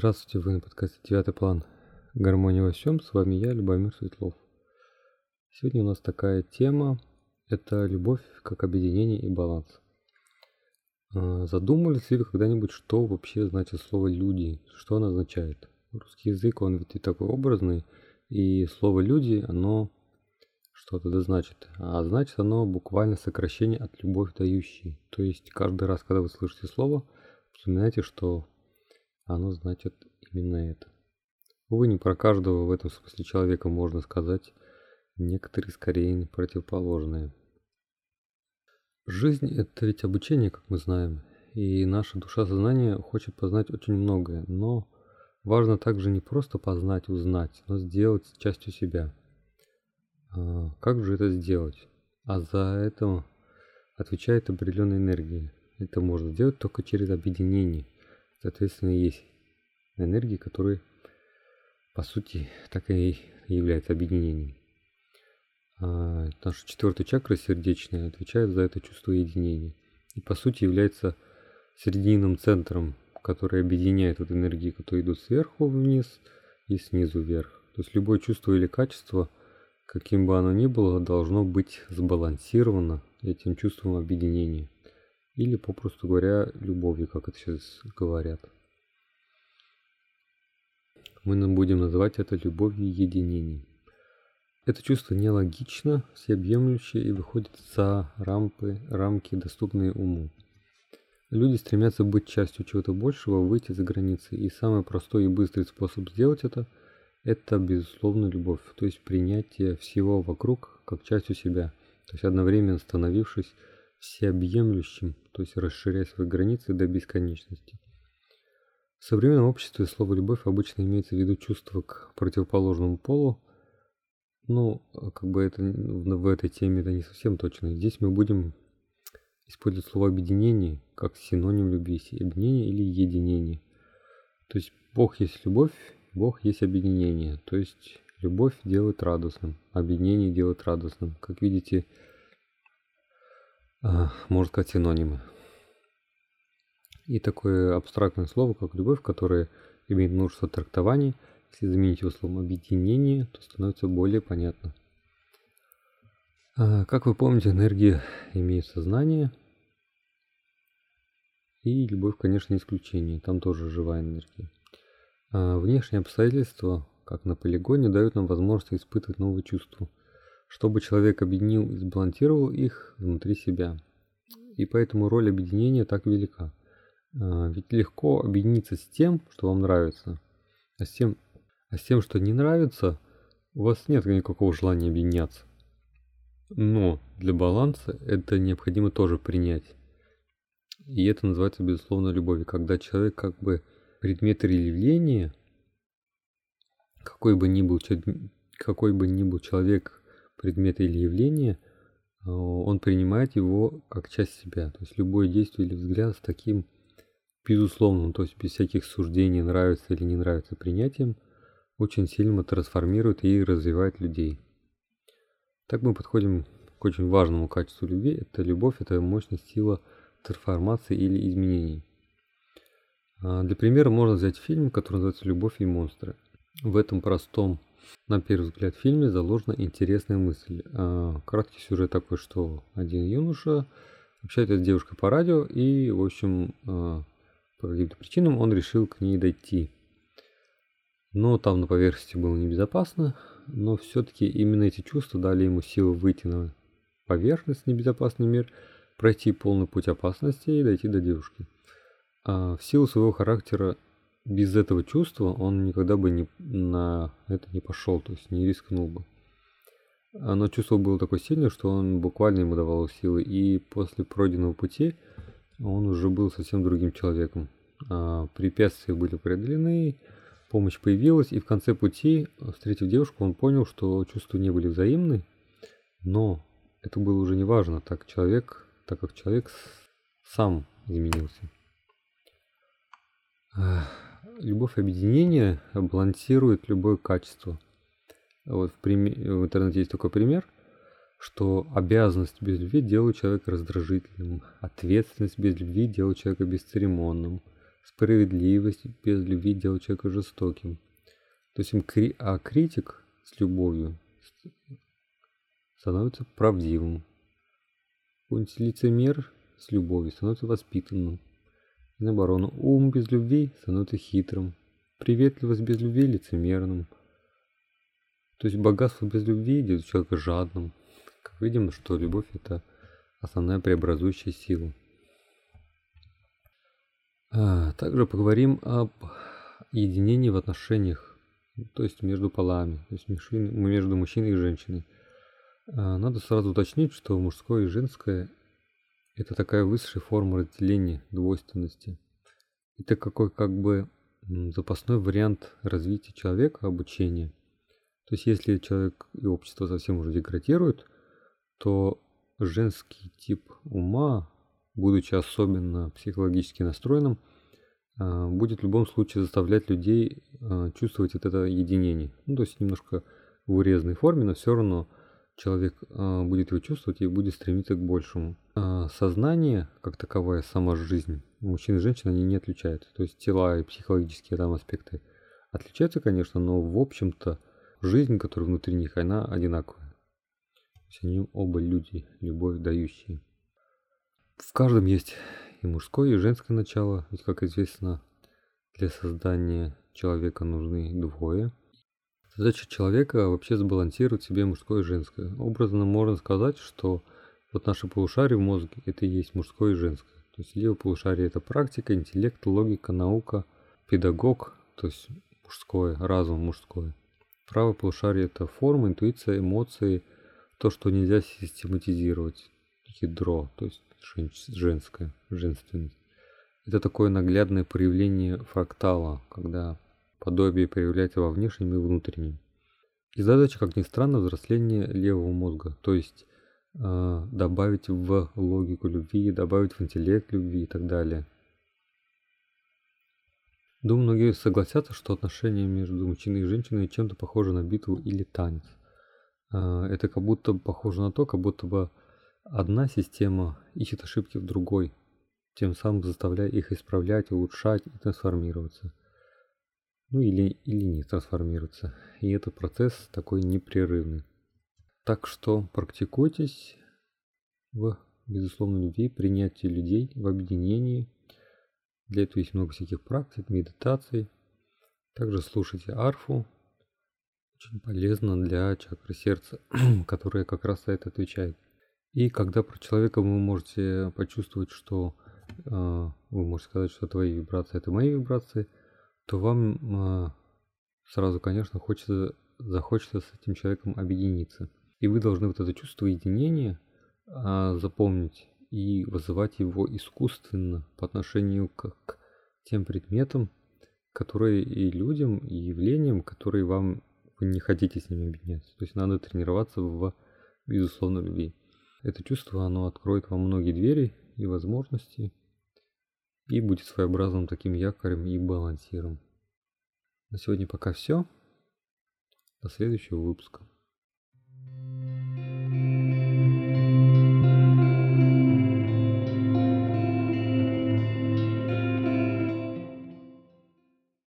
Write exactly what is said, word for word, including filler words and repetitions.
Здравствуйте, вы на подкасте «Девятый план. Гармония во всем». С вами я, Любомир Светлов. Сегодня у нас такая тема – это любовь как объединение и баланс. Задумывались ли вы когда-нибудь, что вообще значит слово «люди», что оно означает? Русский язык, он ведь и такой образный, и слово «люди», оно что-то да значит. А значит оно буквально сокращение от «любовь дающий». То есть каждый раз, когда вы слышите слово, вспоминайте, что оно значит именно это. Увы, не про каждого в этом смысле человека можно сказать, некоторые скорее противоположные. Жизнь – это ведь обучение, как мы знаем, и наша душа-сознание хочет познать очень многое, но важно также не просто познать, узнать, но сделать частью себя. А как же это сделать? А за это отвечает определенная энергия. Это можно сделать только через объединение. Соответственно, есть энергии, которые, по сути, так и являются объединением. А наша четвертая чакра сердечная отвечает за это чувство единения. И, по сути, является серединным центром, который объединяет вот энергии, которые идут сверху вниз и снизу вверх. То есть любое чувство или качество, каким бы оно ни было, должно быть сбалансировано этим чувством объединения. Или, попросту говоря, любовью, как это сейчас говорят. Мы будем называть это любовью единения. Это чувство нелогично, всеобъемлющее и выходит за рампы, рамки, доступные уму. Люди стремятся быть частью чего-то большего, выйти за границы. И самый простой и быстрый способ сделать это – это, безусловно, любовь. То есть принятие всего вокруг как частью себя. То есть одновременно становившись всеобъемлющим, то есть расширяя свои границы до бесконечности. В современном обществе слово «любовь» обычно имеется в виду чувство к противоположному полу. Ну, как бы это в этой теме это не совсем точно. Здесь мы будем использовать слово «объединение» как синоним любви, объединение или единение. То есть Бог есть любовь, Бог есть объединение. То есть любовь делает радостным, объединение делает радостным. Как видите, можно сказать синонимы. И такое абстрактное слово, как любовь, которое имеет множество трактований, если заменить его словом объединение, то становится более понятно. Как вы помните, энергия имеет сознание, и любовь, конечно, не исключение, там тоже живая энергия. Внешние обстоятельства, как на полигоне, дают нам возможность испытывать новые чувства, чтобы человек объединил и сбалансировал их внутри себя. И поэтому роль объединения так велика. Ведь легко объединиться с тем, что вам нравится, а с тем, а с тем, что не нравится, у вас нет никакого желания объединяться. Но для баланса это необходимо тоже принять. И это называется, безусловно, любовью, когда человек как бы предмет или явление, какой бы ни был, какой бы ни был человек, предмет или явление, он принимает его как часть себя. То есть любое действие или взгляд с таким безусловным, то есть без всяких суждений, нравится или не нравится принятием, очень сильно трансформирует и развивает людей. Так мы подходим к очень важному качеству любви. Это любовь, это мощная сила трансформации или изменений. Для примера можно взять фильм, который называется «Любовь и монстры». В этом простом, на первый взгляд, фильме заложена интересная мысль. Краткий сюжет такой, что один юноша общается с девушкой по радио, и, в общем, по каким-то причинам он решил к ней дойти. Но там на поверхности было небезопасно, но все-таки именно эти чувства дали ему силу выйти на поверхность, небезопасный мир, пройти полный путь опасности и дойти до девушки. А в силу своего характера, без этого чувства он никогда бы не, на это не пошел, то есть не рискнул бы. Но чувство было такое сильное, что он буквально ему давал силы, и после пройденного пути он уже был совсем другим человеком. А препятствия были преодолены, помощь появилась, и в конце пути, встретив девушку, он понял, что чувства не были взаимны, но это было уже не важно, так, человек, так как человек сам изменился. Любовь объединения балансирует любое качество. Вот в, прим... в интернете есть такой пример, что обязанность без любви делает человека раздражительным, ответственность без любви делает человека бесцеремонным, Справедливость без любви делает человека жестоким. То есть, кри... а критик с любовью становится правдивым. Лицемер с любовью становится воспитанным. И наоборот, ум без любви становится хитрым. Приветливость без любви лицемерным. То есть богатство без любви делает человека жадным. Как видим, что любовь — это основная преобразующая сила. А, также поговорим об единении в отношениях, то есть между полами, то есть между мужчиной и женщиной. А, надо сразу уточнить, что мужское и женское — это такая высшая форма разделения двойственности. Это какой как бы запасной вариант развития человека, обучения. То есть если человек и общество совсем уже деградирует, то женский тип ума, будучи особенно психологически настроенным, будет в любом случае заставлять людей чувствовать вот это единение. Ну, то есть немножко в урезанной форме, но все равно человек будет его чувствовать и будет стремиться к большему. Сознание, как таковая, сама жизнь, мужчин и женщин, они не отличаются. То есть тела и психологические там аспекты отличаются, конечно, но в общем-то жизнь, которая внутри них, она одинаковая. То есть они оба люди, любовь дающие. В каждом есть и мужское, и женское начало. Ведь, как известно, для создания человека нужны двое. Задача человека вообще сбалансировать себе мужское и женское. Образно можно сказать, что вот наши полушария в мозге — это и есть мужское и женское. То есть левое полушарие — это практика, интеллект, логика, наука, педагог, то есть мужское, разум мужское. Правое полушарие — это форма, интуиция, эмоции, то, что нельзя систематизировать, ядро, то есть женское, женственность. Это такое наглядное проявление фрактала, когда подобие проявляется во внешнем и внутреннем. И задача, как ни странно, взросление левого мозга, то есть э, добавить в логику любви, добавить в интеллект любви и так далее. Думаю, многие согласятся, что отношения между мужчиной и женщиной чем-то похожи на битву или танец. Э, это как будто похоже на то, как будто бы одна система ищет ошибки в другой, тем самым заставляя их исправлять, улучшать и трансформироваться. Ну или, или не трансформироваться. И этот процесс такой непрерывный. Так что практикуйтесь в безусловной любви, принятии людей, в объединении. Для этого есть много всяких практик, медитаций. Также слушайте арфу. Очень полезно для чакры сердца, которая как раз за это отвечает. И когда про человека вы можете почувствовать, что э, вы можете сказать, что твои вибрации — это мои вибрации, то вам э, сразу, конечно, хочется, захочется с этим человеком объединиться. И вы должны вот это чувство единения э, запомнить и вызывать его искусственно по отношению к, к тем предметам, которые и людям, и явлениям, которые вам, вы не хотите с ними объединяться. То есть надо тренироваться в безусловной любви. Это чувство, оно откроет вам многие двери и возможности, и будет своеобразным таким якорем и балансиром. На сегодня пока все. До следующего выпуска.